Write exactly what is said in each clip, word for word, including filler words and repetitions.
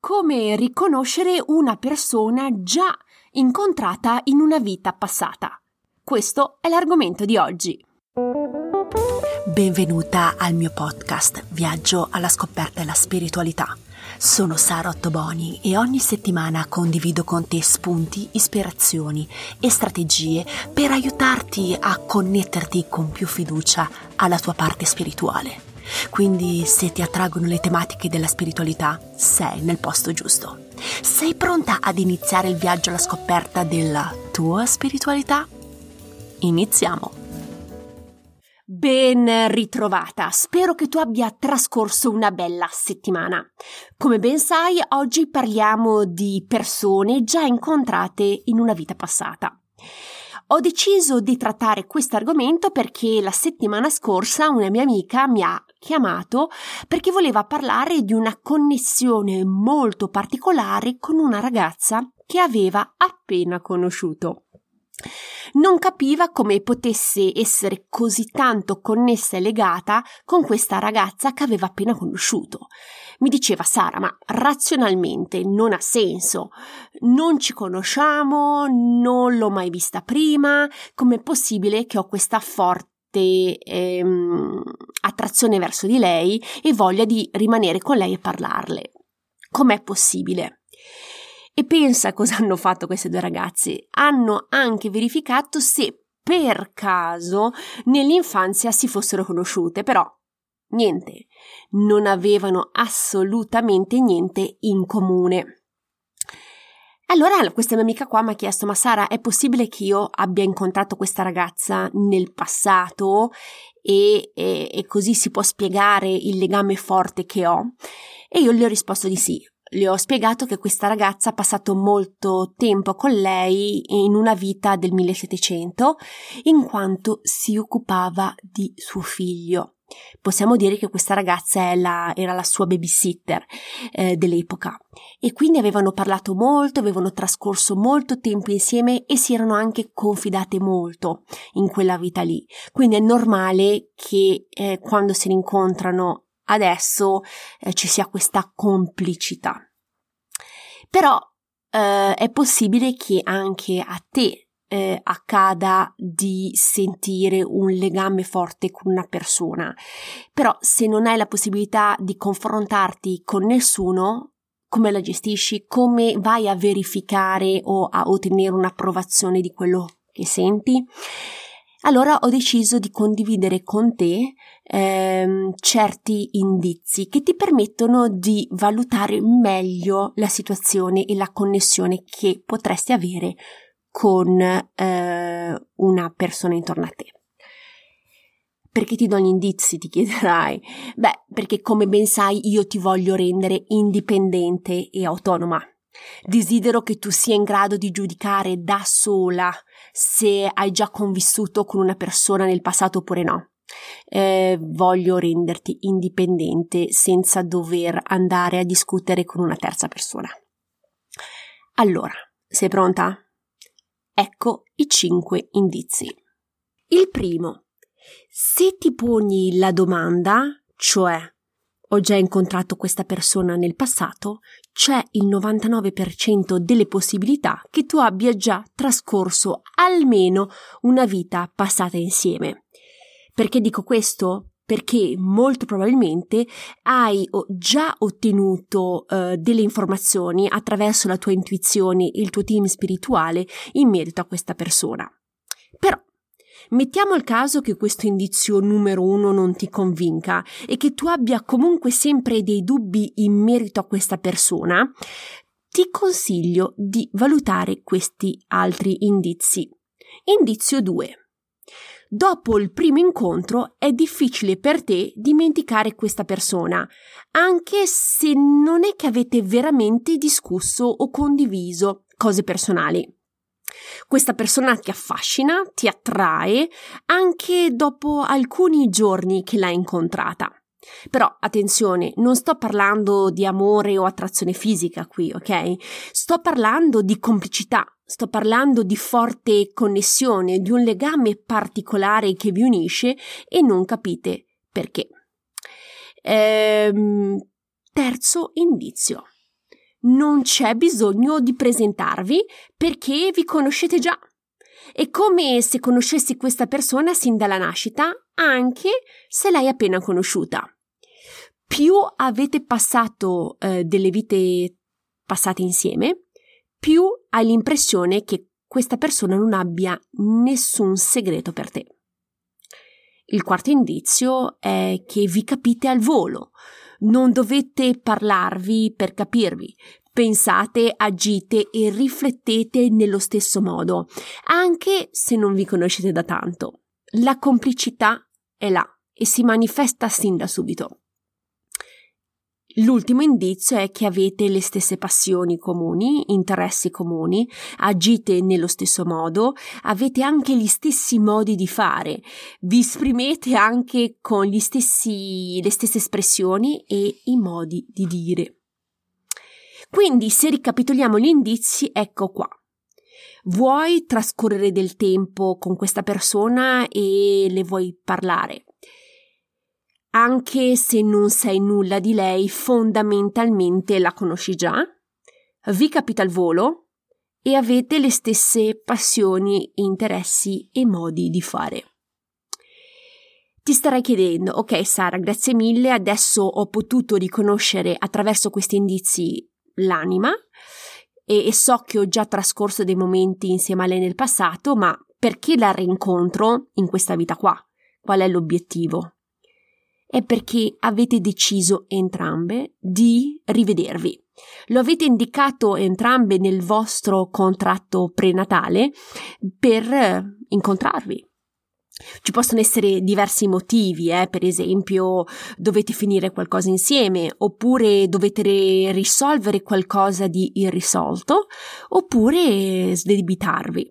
come riconoscere una persona già incontrata in una vita passata. Questo è l'argomento di oggi. Benvenuta al mio podcast Viaggio alla scoperta della spiritualità. Sono Sara Ottoboni e ogni settimana condivido con te spunti, ispirazioni e strategie per aiutarti a connetterti con più fiducia alla tua parte spirituale. Quindi se ti attraggono le tematiche della spiritualità, sei nel posto giusto. Sei pronta ad iniziare il viaggio alla scoperta della tua spiritualità? Iniziamo! Ben ritrovata, spero che tu abbia trascorso una bella settimana. Come ben sai, oggi parliamo di persone già incontrate in una vita passata. Ho deciso di trattare questo argomento perché la settimana scorsa una mia amica mi ha chiamato perché voleva parlare di una connessione molto particolare con una ragazza che aveva appena conosciuto. Non capiva come potesse essere così tanto connessa e legata con questa ragazza che aveva appena conosciuto. Mi diceva: Sara, ma razionalmente non ha senso, non ci conosciamo, non l'ho mai vista prima, com'è possibile che ho questa forte ehm, attrazione verso di lei e voglia di rimanere con lei e parlarle? Com'è possibile? E pensa cosa hanno fatto queste due ragazze. Hanno anche verificato se per caso nell'infanzia si fossero conosciute, però niente, non avevano assolutamente niente in comune. Allora questa mia amica qua mi ha chiesto: ma Sara, è possibile che io abbia incontrato questa ragazza nel passato e, e, e così si può spiegare il legame forte che ho? E io le ho risposto di sì. Le ho spiegato che questa ragazza ha passato molto tempo con lei in una vita del millesettecento, in quanto si occupava di suo figlio. Possiamo dire che questa ragazza è la, era la sua babysitter eh, dell'epoca, e quindi avevano parlato molto, avevano trascorso molto tempo insieme e si erano anche confidate molto in quella vita lì. Quindi è normale che eh, quando si rincontrano adesso eh, ci sia questa complicità. Però eh, è possibile che anche a te eh, accada di sentire un legame forte con una persona, però se non hai la possibilità di confrontarti con nessuno, come la gestisci? Come vai a verificare o a ottenere un'approvazione di quello che senti? Allora ho deciso di condividere con te ehm, certi indizi che ti permettono di valutare meglio la situazione e la connessione che potresti avere con eh, una persona intorno a te. Perché ti do gli indizi, ti chiederai? Beh, perché come ben sai io ti voglio rendere indipendente e autonoma. Desidero che tu sia in grado di giudicare da sola se hai già convissuto con una persona nel passato oppure no. Eh, voglio renderti indipendente senza dover andare a discutere con una terza persona. Allora, sei pronta? Ecco i cinque indizi. Il primo: se ti poni la domanda, cioè ho già incontrato questa persona nel passato, c'è il novantanove per cento delle possibilità che tu abbia già trascorso almeno una vita passata insieme. Perché dico questo? Perché molto probabilmente hai già ottenuto eh, delle informazioni attraverso la tua intuizione e il tuo team spirituale in merito a questa persona. Però mettiamo il caso che questo indizio numero uno non ti convinca e che tu abbia comunque sempre dei dubbi in merito a questa persona. Ti consiglio di valutare questi altri indizi. Indizio due. Dopo il primo incontro è difficile per te dimenticare questa persona, anche se non è che avete veramente discusso o condiviso cose personali. Questa persona ti affascina, ti attrae, anche dopo alcuni giorni che l'hai incontrata. Però, attenzione, non sto parlando di amore o attrazione fisica qui, ok? Sto parlando di complicità, sto parlando di forte connessione, di un legame particolare che vi unisce e non capite perché. Ehm, terzo indizio. non c'è bisogno di presentarvi perché vi conoscete già. È come se conoscessi questa persona sin dalla nascita, anche se l'hai appena conosciuta. Più avete passato eh, delle vite passate insieme, più hai l'impressione che questa persona non abbia nessun segreto per te. Il quarto indizio è che vi capite al volo. Non dovete parlarvi per capirvi. Pensate, agite e riflettete nello stesso modo, anche se non vi conoscete da tanto. La complicità è là e si manifesta sin da subito. L'ultimo indizio è che avete le stesse passioni comuni, interessi comuni, agite nello stesso modo, avete anche gli stessi modi di fare, vi esprimete anche con gli stessi, le stesse espressioni e i modi di dire. Quindi, se ricapitoliamo gli indizi, ecco qua. Vuoi trascorrere del tempo con questa persona e le vuoi parlare. Anche se non sai nulla di lei, fondamentalmente la conosci già, vi capite al volo e avete le stesse passioni, interessi e modi di fare. Ti starai chiedendo, ok Sara, grazie mille, adesso ho potuto riconoscere attraverso questi indizi l'anima e, e so che ho già trascorso dei momenti insieme a lei nel passato, ma perché la rincontro in questa vita qua? Qual è l'obiettivo? È perché avete deciso entrambe di rivedervi. Lo avete indicato entrambe nel vostro contratto prenatale per incontrarvi. Ci possono essere diversi motivi, eh? Per esempio dovete finire qualcosa insieme, oppure dovete risolvere qualcosa di irrisolto, oppure sdebitarvi.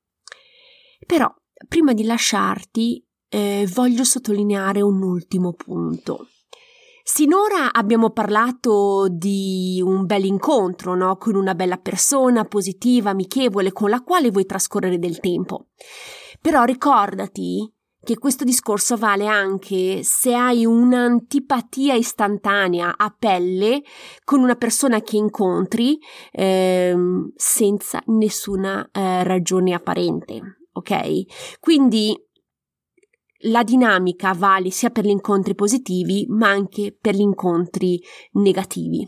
Però, prima di lasciarti, Eh, voglio sottolineare un ultimo punto. Sinora abbiamo parlato di un bel incontro, no? Con una bella persona positiva, amichevole, con la quale vuoi trascorrere del tempo. Però ricordati che questo discorso vale anche se hai un'antipatia istantanea a pelle con una persona che incontri ehm, senza nessuna eh, ragione apparente, ok? Quindi la dinamica vale sia per gli incontri positivi ma anche per gli incontri negativi.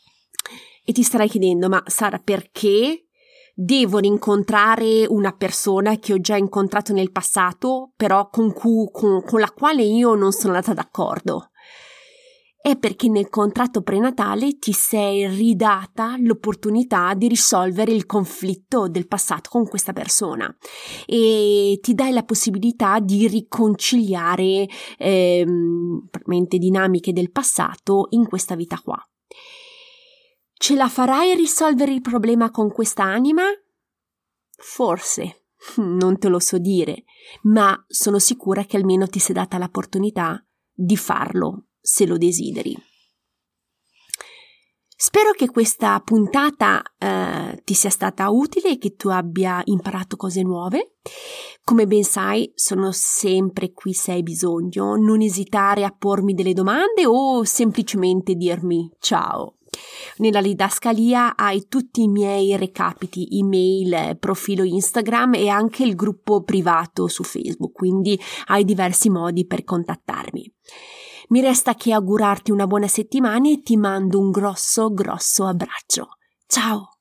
E ti starai chiedendo, ma Sara, perché devo rincontrare una persona che ho già incontrato nel passato, però con, cui, con, con la quale io non sono andata d'accordo? È perché nel contratto prenatale ti sei ridata l'opportunità di risolvere il conflitto del passato con questa persona e ti dai la possibilità di riconciliare ehm, dinamiche del passato in questa vita qua. Ce la farai a risolvere il problema con questa anima? Forse, non te lo so dire, ma sono sicura che almeno ti sei data l'opportunità di farlo, se lo desideri. Spero che questa puntata eh, ti sia stata utile e che tu abbia imparato cose nuove. Come ben sai, sono sempre qui se hai bisogno. Non esitare a pormi delle domande o semplicemente dirmi ciao. Nella didascalia hai tutti i miei recapiti, email, profilo Instagram e anche il gruppo privato su Facebook, quindi hai diversi modi per contattarmi. Mi resta che augurarti una buona settimana e ti mando un grosso, grosso abbraccio. Ciao!